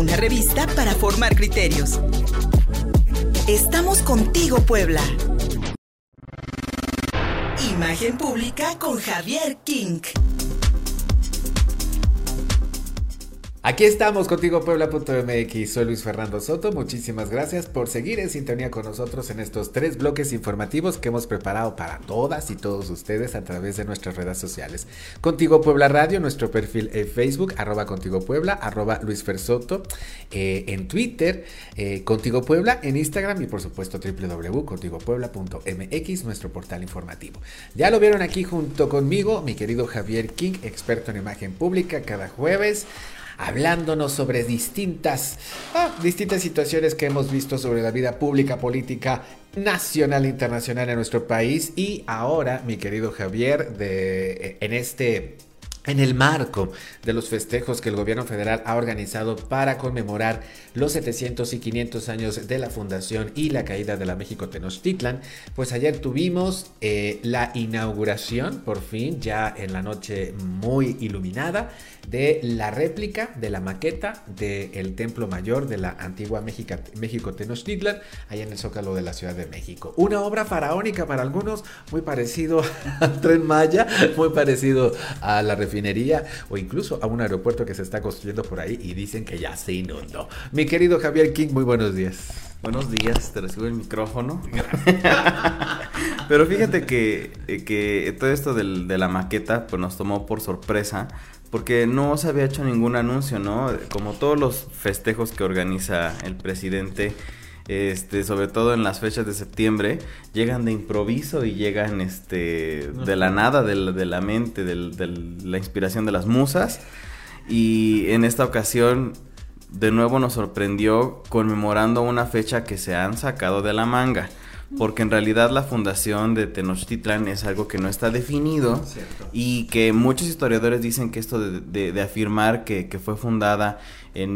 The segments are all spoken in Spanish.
una revista para formar criterios. Estamos contigo, Puebla. Imagen pública con Javier King. Aquí estamos contigo, Puebla.mx. Soy Luis Fernando Soto. Muchísimas gracias por seguir en sintonía con nosotros en estos 3 bloques informativos que hemos preparado para todas y todos ustedes a través de nuestras redes sociales. Contigo Puebla Radio, nuestro perfil en Facebook, @Contigo Puebla, @Luis Fer Soto, en Twitter, Contigo Puebla, en Instagram y por supuesto www.contigopuebla.mx, nuestro portal informativo. Ya lo vieron aquí junto conmigo, mi querido Javier King, experto en imagen pública, cada jueves, hablándonos sobre distintas situaciones que hemos visto sobre la vida pública, política, nacional e internacional en nuestro país. Y ahora, mi querido Javier, en el marco de los festejos que el gobierno federal ha organizado para conmemorar los 700 y 500 años de la fundación y la caída de la México Tenochtitlan, pues ayer tuvimos la inauguración, por fin, ya en la noche muy iluminada, de la réplica, de la maqueta del Templo Mayor de la antigua México Tenochtitlan, allá en el Zócalo de la Ciudad de México. Una obra faraónica para algunos, muy parecido al Tren Maya, muy parecido a la refinería o incluso a un aeropuerto que se está construyendo por ahí y dicen que ya se inundó. Mi querido Javier King, muy buenos días. Buenos días, te recibo el micrófono. Pero fíjate que todo esto de la maqueta pues nos tomó por sorpresa, porque no se había hecho ningún anuncio, ¿no? Como todos los festejos que organiza el presidente, sobre todo en las fechas de septiembre, llegan de improviso y llegan de la nada, de la mente, de la inspiración de las musas. Y en esta ocasión, de nuevo nos sorprendió conmemorando una fecha que se han sacado de la manga. Porque en realidad la fundación de Tenochtitlan es algo que no está definido, y que muchos historiadores dicen que esto de afirmar que fue fundada en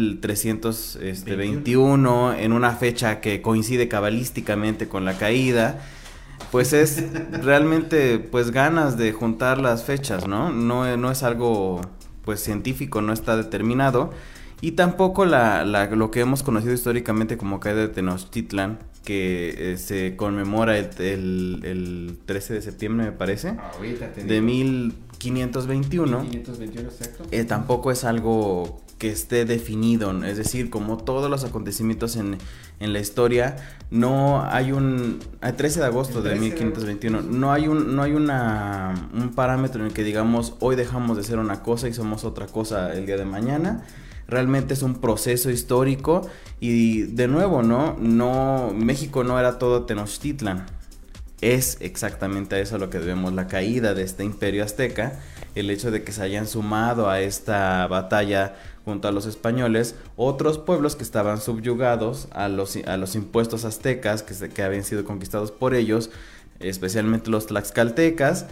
1321 en una fecha que coincide cabalísticamente con la caída, pues es realmente pues ganas de juntar las fechas, ¿no? No es algo pues científico, no está determinado. Y tampoco lo que hemos conocido históricamente como caída de Tenochtitlan, que se conmemora el 13 de septiembre, me parece, de 1521. 1521, exacto. Tampoco es algo que esté definido, es decir, como todos los acontecimientos en la historia, no hay el 13 de agosto de 1521, no hay un parámetro en el que digamos, hoy dejamos de ser una cosa y somos otra cosa el día de mañana. Realmente es un proceso histórico y de nuevo, no México no era todo Tenochtitlan. Es exactamente a eso a lo que debemos la caída de este imperio azteca, el hecho de que se hayan sumado a esta batalla junto a los españoles otros pueblos que estaban subyugados a los impuestos aztecas que habían sido conquistados por ellos, especialmente los tlaxcaltecas,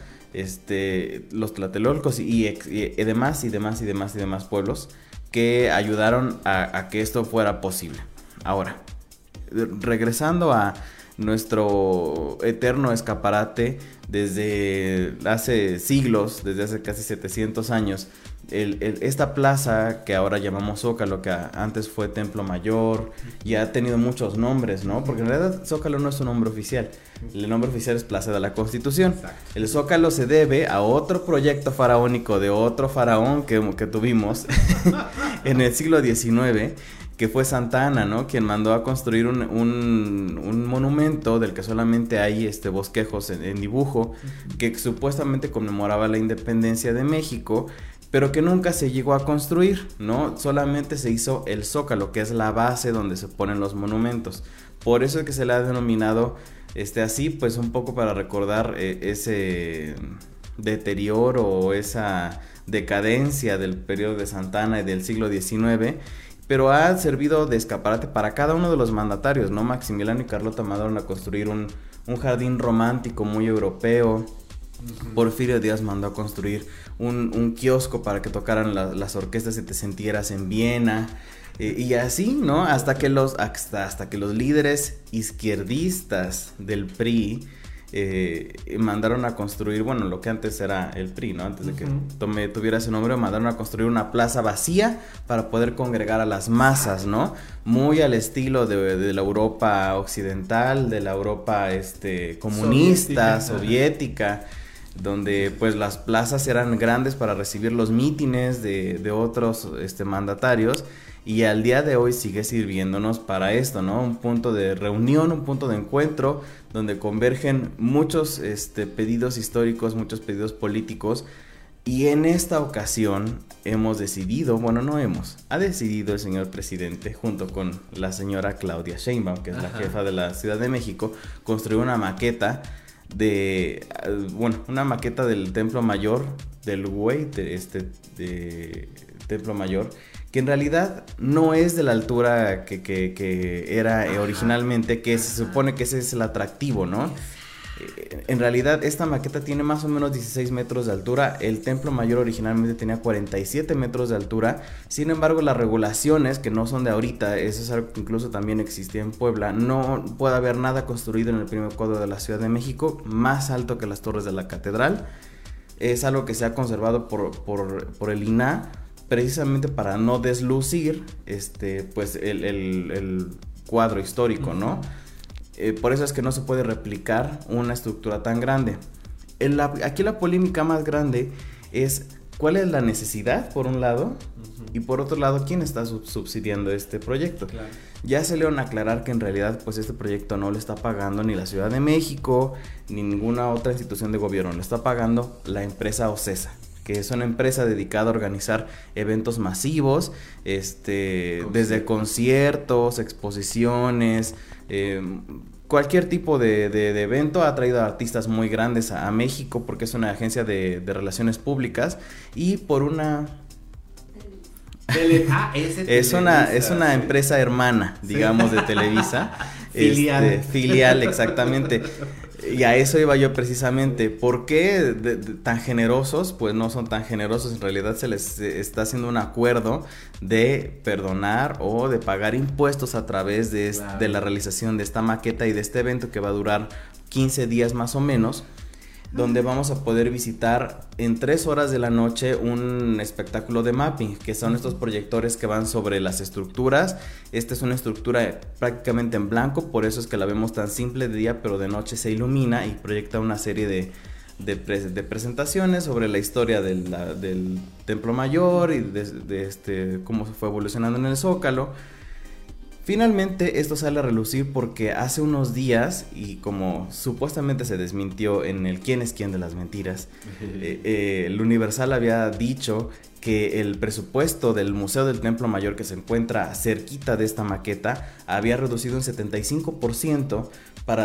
los tlatelolcos y demás pueblos que ayudaron a que esto fuera posible. Ahora, regresando a nuestro eterno escaparate desde hace siglos, desde hace casi 700 años, esta plaza que ahora llamamos Zócalo, que antes fue Templo Mayor, y ha tenido muchos nombres, ¿no? Porque en realidad Zócalo no es un nombre oficial. El nombre oficial es Plaza de la Constitución. El Zócalo se debe a otro proyecto faraónico de otro faraón que tuvimos en el siglo XIX, que fue Santa Anna, ¿no? Quien mandó a construir un monumento del que solamente hay bosquejos en dibujo, que supuestamente conmemoraba la independencia de México, pero que nunca se llegó a construir, ¿no? Solamente se hizo el Zócalo, que es la base donde se ponen los monumentos. Por eso es que se le ha denominado así, pues un poco para recordar ese deterioro o esa decadencia del periodo de Santa Anna y del siglo XIX, pero ha servido de escaparate para cada uno de los mandatarios, ¿no? Maximiliano y Carlota mandaron a construir un jardín romántico muy europeo. Porfirio Díaz mandó a construir un kiosco para que tocaran las orquestas y te sintieras en Viena, y así, ¿no? Hasta que los líderes izquierdistas del PRI mandaron a construir, bueno, lo que antes era el PRI, ¿no? Antes de que tuviera ese nombre, mandaron a construir una plaza vacía para poder congregar a las masas, ¿no? Muy al estilo de la Europa occidental, de la Europa comunista, soviética, donde pues las plazas eran grandes para recibir los mítines de otros mandatarios. Y al día de hoy sigue sirviéndonos para esto, ¿no? Un punto de reunión, un punto de encuentro donde convergen muchos pedidos históricos, muchos pedidos políticos. Y en esta ocasión hemos decidido, ha decidido el señor presidente junto con la señora Claudia Sheinbaum, que es la jefa de la Ciudad de México, construir una maqueta una maqueta del Templo Mayor, del Templo Mayor, que en realidad no es de la altura que era originalmente, que se supone que ese es el atractivo, ¿no? En realidad esta maqueta tiene más o menos 16 metros de altura, el Templo Mayor originalmente tenía 47 metros de altura, sin embargo las regulaciones que no son de ahorita, eso es algo que incluso también existía en Puebla, no puede haber nada construido en el primer cuadro de la Ciudad de México más alto que las torres de la catedral, es algo que se ha conservado por el INAH, precisamente para no deslucir pues el cuadro histórico, ¿no? Por eso es que no se puede replicar una estructura tan grande. Aquí la polémica más grande es cuál es la necesidad, por un lado, y por otro lado, quién está subsidiando este proyecto. Claro. Ya se le van a aclarar que en realidad pues este proyecto no lo está pagando ni la Ciudad de México, ni ninguna otra institución de gobierno, lo está pagando la empresa OCESA, que es una empresa dedicada a organizar eventos masivos, desde conciertos, exposiciones, cualquier tipo de evento. Ha traído a artistas muy grandes a México porque es una agencia de relaciones públicas y por una... es una empresa hermana, digamos, de Televisa. Filial, exactamente. Y a eso iba yo precisamente. ¿Por qué tan generosos? Pues no son tan generosos. En realidad se les está haciendo un acuerdo de perdonar o de pagar impuestos a través de la realización de esta maqueta y de este evento que va a durar 15 días más o menos, donde vamos a poder visitar en 3 horas de la noche un espectáculo de mapping, que son estos proyectores que van sobre las estructuras. Esta es una estructura prácticamente en blanco, por eso es que la vemos tan simple de día, pero de noche se ilumina y proyecta una serie de presentaciones sobre la historia del Templo Mayor y de cómo se fue evolucionando en el Zócalo. Finalmente esto sale a relucir porque hace unos días, y como supuestamente se desmintió en el quién es quién de las mentiras, el Universal había dicho que el presupuesto del Museo del Templo Mayor, que se encuentra cerquita de esta maqueta, había reducido un 75% para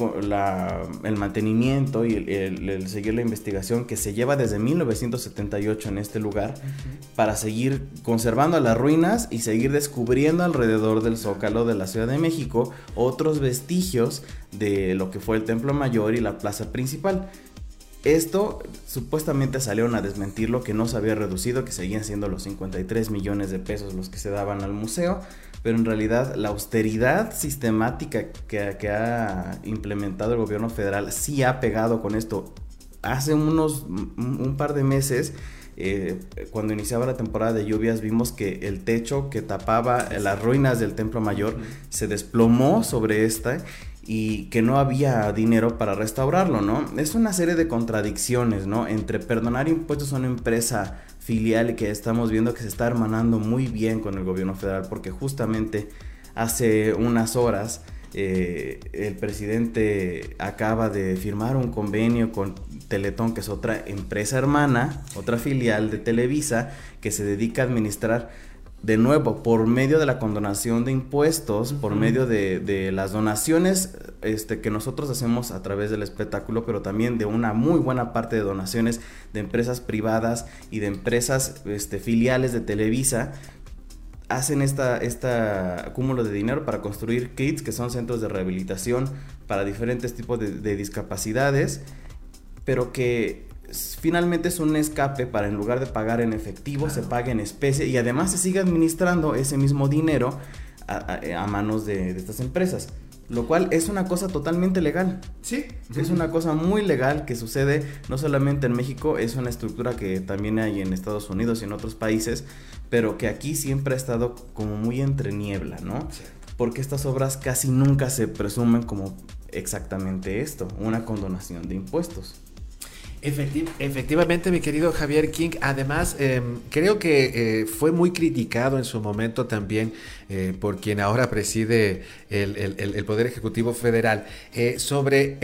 el mantenimiento y el seguir la investigación que se lleva desde 1978 en este lugar, para seguir conservando las ruinas y seguir descubriendo alrededor del Zócalo de la Ciudad de México otros vestigios de lo que fue el Templo Mayor y la plaza principal. Esto supuestamente salieron a desmentir lo que no se había reducido, que seguían siendo los 53 millones de pesos los que se daban al museo, pero en realidad la austeridad sistemática que ha implementado el gobierno federal sí ha pegado con esto. Hace un par de meses, cuando iniciaba la temporada de lluvias, vimos que el techo que tapaba las ruinas del Templo Mayor se desplomó sobre y que no había dinero para restaurarlo, ¿no? Es una serie de contradicciones, ¿no? Entre perdonar impuestos a una empresa filial que estamos viendo que se está hermanando muy bien con el gobierno federal, porque justamente hace unas horas el presidente acaba de firmar un convenio con Teletón, que es otra empresa hermana, otra filial de Televisa, que se dedica a administrar, de nuevo, por medio de la condonación de impuestos, por medio de las donaciones que nosotros hacemos a través del espectáculo, pero también de una muy buena parte de donaciones de empresas privadas y de empresas filiales de Televisa, hacen esta acúmulo de dinero para construir kits, que son centros de rehabilitación para diferentes tipos de discapacidades, pero que finalmente es un escape para, en lugar de pagar en efectivo, se pague en especie, y además se sigue administrando ese mismo dinero a manos de estas empresas. Lo cual es una cosa totalmente legal. Sí. Es una cosa muy legal que sucede no solamente en México, es una estructura que también hay en Estados Unidos y en otros países, pero que aquí siempre ha estado como muy entre niebla, ¿no? Sí. Porque estas obras casi nunca se presumen como exactamente esto, una condonación de impuestos. Efectivamente, mi querido Javier King. Además, creo que fue muy criticado en su momento también por quien ahora preside el Poder Ejecutivo Federal sobre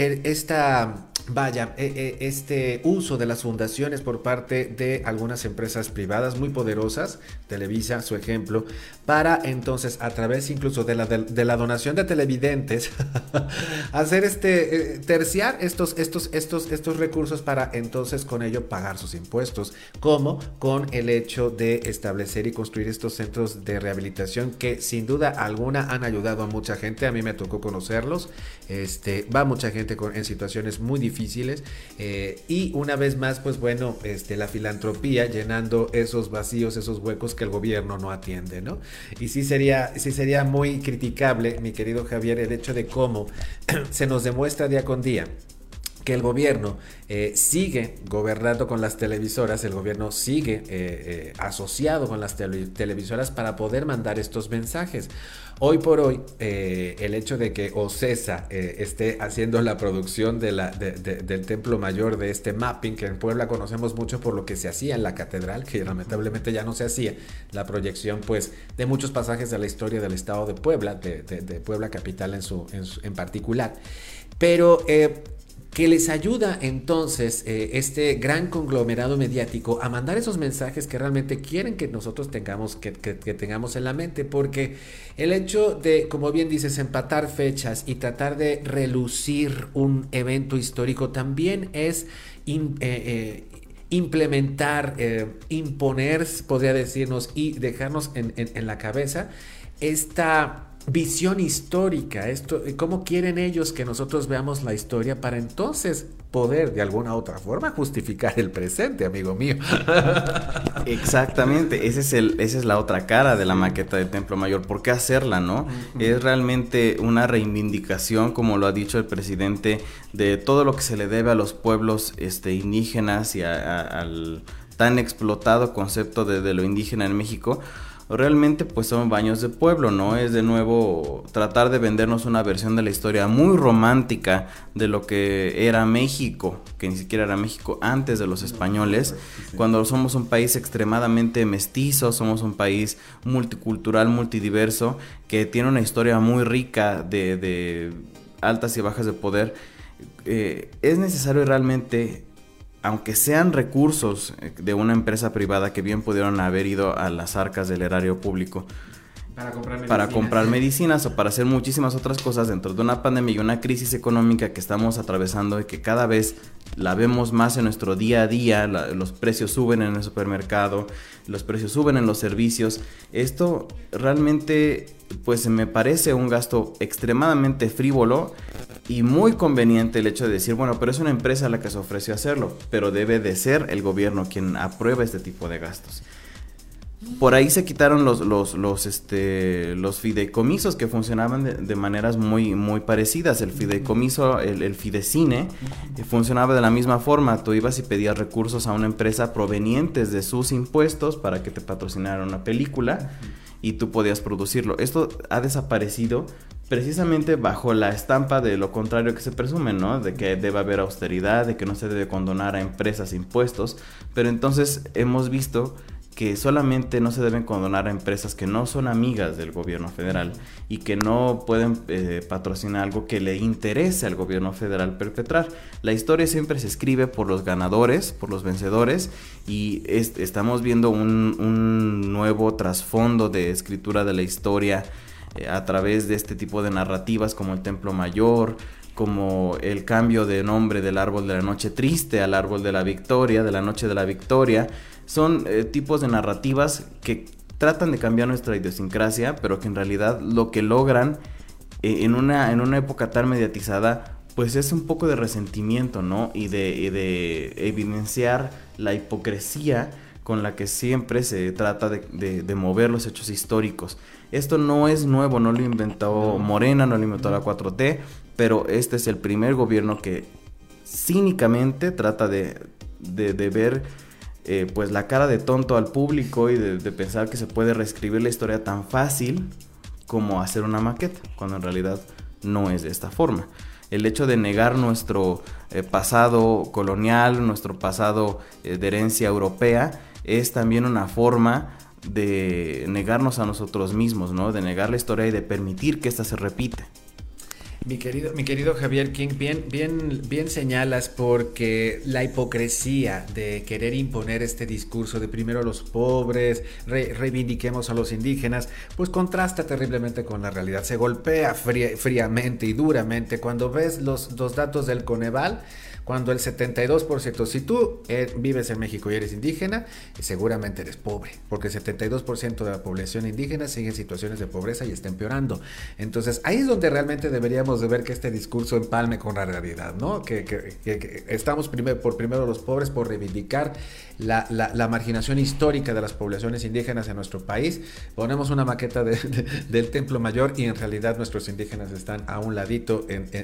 este uso de las fundaciones por parte de algunas empresas privadas muy poderosas, Televisa, su ejemplo, para entonces, a través incluso de la donación de televidentes, hacer terciar estos recursos para entonces con ello pagar sus impuestos, como con el hecho de establecer y construir estos centros de rehabilitación que sin duda alguna han ayudado a mucha gente. A mí me tocó conocerlos, va mucha gente en situaciones muy difíciles, y una vez más, pues bueno, la filantropía llenando esos vacíos, esos huecos que el gobierno no atiende, ¿no? Y sí sería muy criticable, mi querido Javier, el hecho de cómo se nos demuestra día con día que el gobierno sigue gobernando con las televisoras, el gobierno sigue asociado con las televisoras para poder mandar estos mensajes. Hoy por hoy, el hecho de que OCESA esté haciendo la producción del Templo Mayor, de este mapping, que en Puebla conocemos mucho por lo que se hacía en la catedral, que lamentablemente ya no se hacía, la proyección pues de muchos pasajes de la historia del estado de Puebla, de Puebla capital en particular, pero que les ayuda entonces este gran conglomerado mediático a mandar esos mensajes que realmente quieren que nosotros tengamos que tengamos en la mente, porque el hecho de, como bien dices, empatar fechas y tratar de relucir un evento histórico también es implementar, imponer, podría decirnos, y dejarnos en la cabeza esta visión histórica, cómo quieren ellos que nosotros veamos la historia para entonces poder de alguna otra forma justificar el presente, amigo mío. Exactamente, esa es la otra cara de la maqueta del Templo Mayor. ¿Por qué hacerla, no? Uh-huh. Es realmente una reivindicación, como lo ha dicho el presidente, de todo lo que se le debe a los pueblos indígenas y al tan explotado concepto de lo indígena en México. Realmente pues son baños de pueblo, ¿no? Es de nuevo tratar de vendernos una versión de la historia muy romántica de lo que era México, que ni siquiera era México antes de los españoles, cuando somos un país extremadamente mestizo, somos un país multicultural, multidiverso, que tiene una historia muy rica de altas y bajas de poder. Es necesario realmente, aunque sean recursos de una empresa privada que bien pudieron haber ido a las arcas del erario público para comprar medicinas o para hacer muchísimas otras cosas dentro de una pandemia y una crisis económica que estamos atravesando y que cada vez la vemos más en nuestro día a día, los precios suben en el supermercado, los precios suben en los servicios. Esto realmente pues me parece un gasto extremadamente frívolo y muy conveniente el hecho de decir, bueno, pero es una empresa la que se ofreció a hacerlo, pero debe de ser el gobierno quien apruebe este tipo de gastos. Por ahí se quitaron los fideicomisos que funcionaban de maneras muy, muy parecidas. El fideicomiso, el Fidecine, funcionaba de la misma forma. Tú ibas y pedías recursos a una empresa provenientes de sus impuestos para que te patrocinara una película y tú podías producirlo. Esto ha desaparecido precisamente bajo la estampa de lo contrario que se presume, ¿no? De que debe haber austeridad, de que no se debe condonar a empresas impuestos, pero entonces hemos visto que solamente no se deben condonar a empresas que no son amigas del gobierno federal y que no pueden patrocinar algo que le interese al gobierno federal perpetrar. La historia siempre se escribe por los ganadores, por los vencedores, y estamos viendo un nuevo trasfondo de escritura de la historia a través de este tipo de narrativas como el Templo Mayor, como el cambio de nombre del árbol de la noche triste al árbol de la victoria, de la noche de la victoria. Son tipos de narrativas que tratan de cambiar nuestra idiosincrasia, pero que en realidad lo que logran en una época tan mediatizada, pues es un poco de resentimiento, ¿no? Y de evidenciar la hipocresía con la que siempre se trata de mover los hechos históricos. Esto no es nuevo, no lo inventó Morena, no lo inventó la 4T, pero este es el primer gobierno que cínicamente trata de ver pues la cara de tonto al público y de pensar que se puede reescribir la historia tan fácil como hacer una maqueta, cuando en realidad no es de esta forma. El hecho de negar nuestro pasado colonial, nuestro pasado de herencia europea, es también una forma de negarnos a nosotros mismos, ¿no? De negar la historia y de permitir que ésta se repita. Mi querido Javier King, bien señalas, porque la hipocresía de querer imponer este discurso de primero a los pobres, reivindiquemos a los indígenas, pues contrasta terriblemente con la realidad. Se golpea fríamente y duramente cuando ves los datos del Coneval, cuando el 72%, si tú vives en México y eres indígena, seguramente eres pobre, porque el 72% de la población indígena sigue en situaciones de pobreza y está empeorando. Entonces, ahí es donde realmente deberíamos de ver que este discurso empalme con la realidad, ¿no? Que estamos primero los pobres por reivindicar la marginación histórica de las poblaciones indígenas en nuestro país. Ponemos una maqueta del Templo Mayor y en realidad nuestros indígenas están a un ladito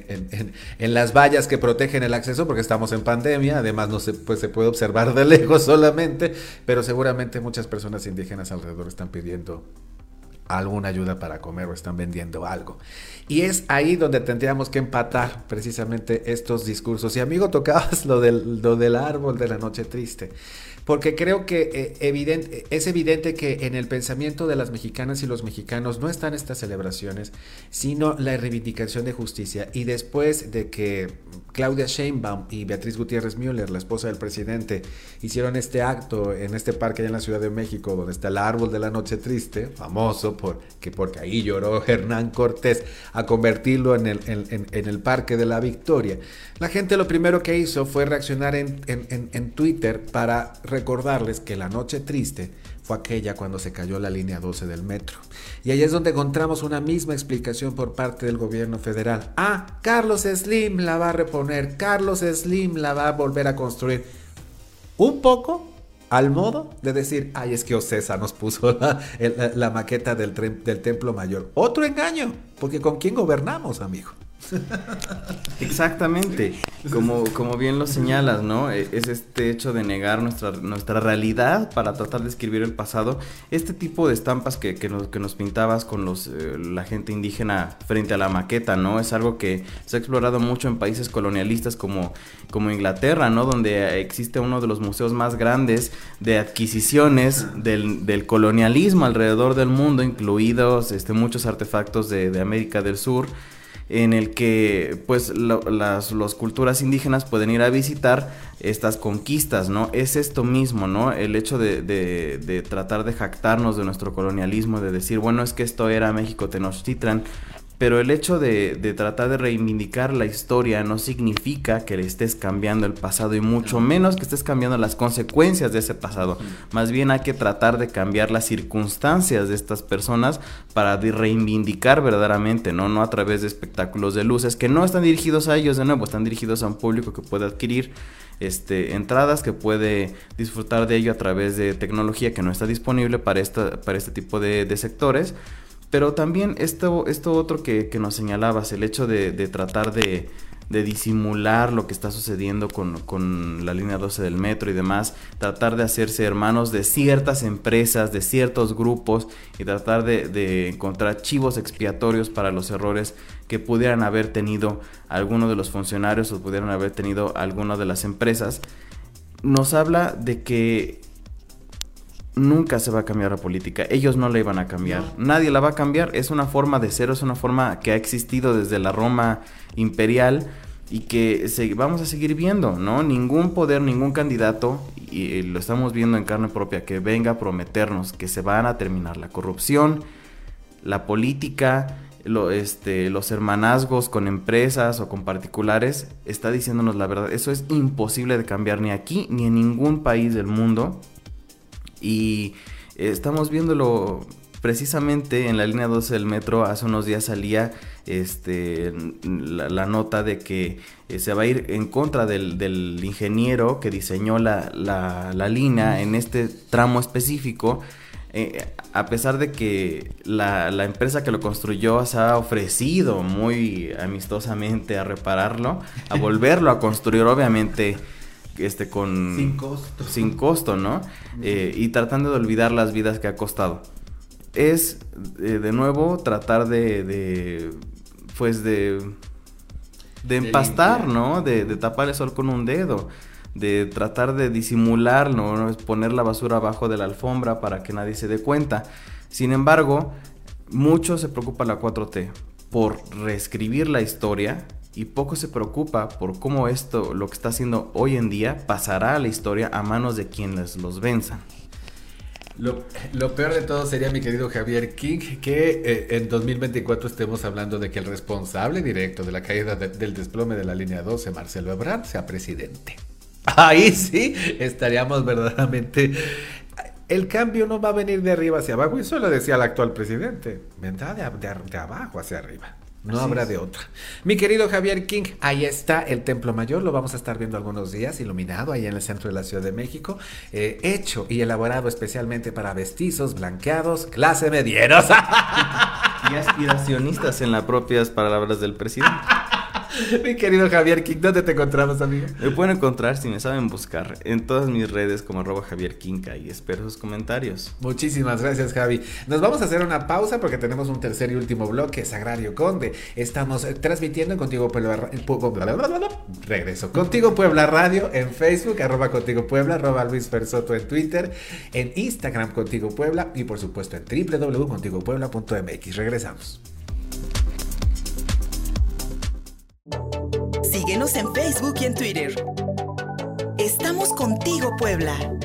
en las vallas que protegen el acceso, porque estamos en pandemia. Además se puede observar de lejos solamente, pero seguramente muchas personas indígenas alrededor están pidiendo alguna ayuda para comer o están vendiendo algo. Y es ahí donde tendríamos que empatar precisamente estos discursos. Y amigo, tocabas lo del árbol de la noche triste, porque creo que es evidente que en el pensamiento de las mexicanas y los mexicanos no están estas celebraciones, sino la reivindicación de justicia. Y después de que Claudia Sheinbaum y Beatriz Gutiérrez Müller, la esposa del presidente, hicieron este acto en este parque allá en la Ciudad de México, donde está el árbol de la noche triste, famoso porque ahí lloró Hernán Cortés, a convertirlo en el Parque de la Victoria. La gente lo primero que hizo fue reaccionar en Twitter para recordarles que la noche triste fue aquella cuando se cayó la línea 12 del metro. Y ahí es donde encontramos una misma explicación por parte del gobierno federal. Carlos Slim la va a reponer, Carlos Slim la va a volver a construir. Un poco al modo de decir, es que Ocesa nos puso la maqueta del Templo Mayor. Otro engaño, porque ¿con quién gobernamos, amigo? Exactamente, como bien lo señalas, ¿no? Es este hecho de negar nuestra realidad para tratar de escribir el pasado. Este tipo de estampas que nos pintabas con la gente indígena frente a la maqueta, ¿no? Es algo que se ha explorado mucho en países colonialistas como Inglaterra, ¿no? Donde existe uno de los museos más grandes de adquisiciones del colonialismo alrededor del mundo, incluidos muchos artefactos de América del Sur, en el que pues las culturas indígenas pueden ir a visitar estas conquistas, ¿no? Es esto mismo, ¿no? El hecho de tratar de jactarnos de nuestro colonialismo, de decir, bueno, es que esto era México Tenochtitlan, pero el hecho de tratar de reivindicar la historia no significa que le estés cambiando el pasado, y mucho menos que estés cambiando las consecuencias de ese pasado. Más bien hay que tratar de cambiar las circunstancias de estas personas para reivindicar verdaderamente, no a través de espectáculos de luces que no están dirigidos a ellos, de nuevo, están dirigidos a un público que puede adquirir entradas, que puede disfrutar de ello a través de tecnología que no está disponible para este tipo de sectores. Pero también esto otro que nos señalabas, el hecho de tratar de disimular lo que está sucediendo con la línea 12 del metro y demás, tratar de hacerse hermanos de ciertas empresas, de ciertos grupos, y tratar de encontrar chivos expiatorios para los errores que pudieran haber tenido alguno de los funcionarios o pudieran haber tenido alguna de las empresas, nos habla de que nunca se va a cambiar la política. Ellos no la iban a cambiar. Nadie la va a cambiar. Es una forma de ser, es una forma que ha existido desde la Roma imperial y que vamos a seguir viendo, ¿no? Ningún poder, ningún candidato, y lo estamos viendo en carne propia, que venga a prometernos que se van a terminar la corrupción, la política, los hermanazgos con empresas o con particulares, está diciéndonos la verdad. Eso es imposible de cambiar ni aquí ni en ningún país del mundo. Y estamos viéndolo precisamente en la línea 12 del metro hace unos días salía la nota de que se va a ir en contra del ingeniero que diseñó la línea en este tramo específico, a pesar de que la empresa que lo construyó se ha ofrecido muy amistosamente a repararlo, a volverlo a construir, obviamente sin costo, ¿no? Y tratando de olvidar las vidas que ha costado. Es de nuevo tratar de empastar, ¿no? De tapar el sol con un dedo, de tratar de disimular, ¿no? Poner la basura abajo de la alfombra para que nadie se dé cuenta. Sin embargo, mucho se preocupa la 4T por reescribir la historia y poco se preocupa por cómo lo que está haciendo hoy en día pasará a la historia a manos de quienes los venzan. Lo peor de todo sería, mi querido Javier King, que en 2024 estemos hablando de que el responsable directo de la caída del desplome de la línea 12, Marcelo Ebrard, sea presidente. Ahí sí estaríamos verdaderamente... El cambio no va a venir de arriba hacia abajo, y eso lo decía el actual presidente, vendrá de abajo hacia arriba. No Así habrá es. de otra. Mi querido Javier King, ahí está el Templo Mayor, lo vamos a estar viendo algunos días, iluminado ahí en el centro de la Ciudad de México, hecho y elaborado especialmente para mestizos, blanqueados, clase medieros. Y aspiracionistas, en las propias palabras del presidente. Mi querido Javier King, ¿dónde te encontramos, amigo? Me pueden encontrar, si me saben buscar, en todas mis redes como @JavierKinca, y espero sus comentarios. Muchísimas gracias, Javi. Nos vamos a hacer una pausa porque tenemos un tercer y último bloque, Sagrario Conde. Estamos transmitiendo en Contigo Puebla, Contigo Puebla Radio en Facebook, @Contigo Puebla, @Luis Fer Soto en Twitter, en Instagram Contigo Puebla y por supuesto en www.contigopuebla.mx. Regresamos. Síguenos en Facebook y en Twitter. Estamos contigo, Puebla.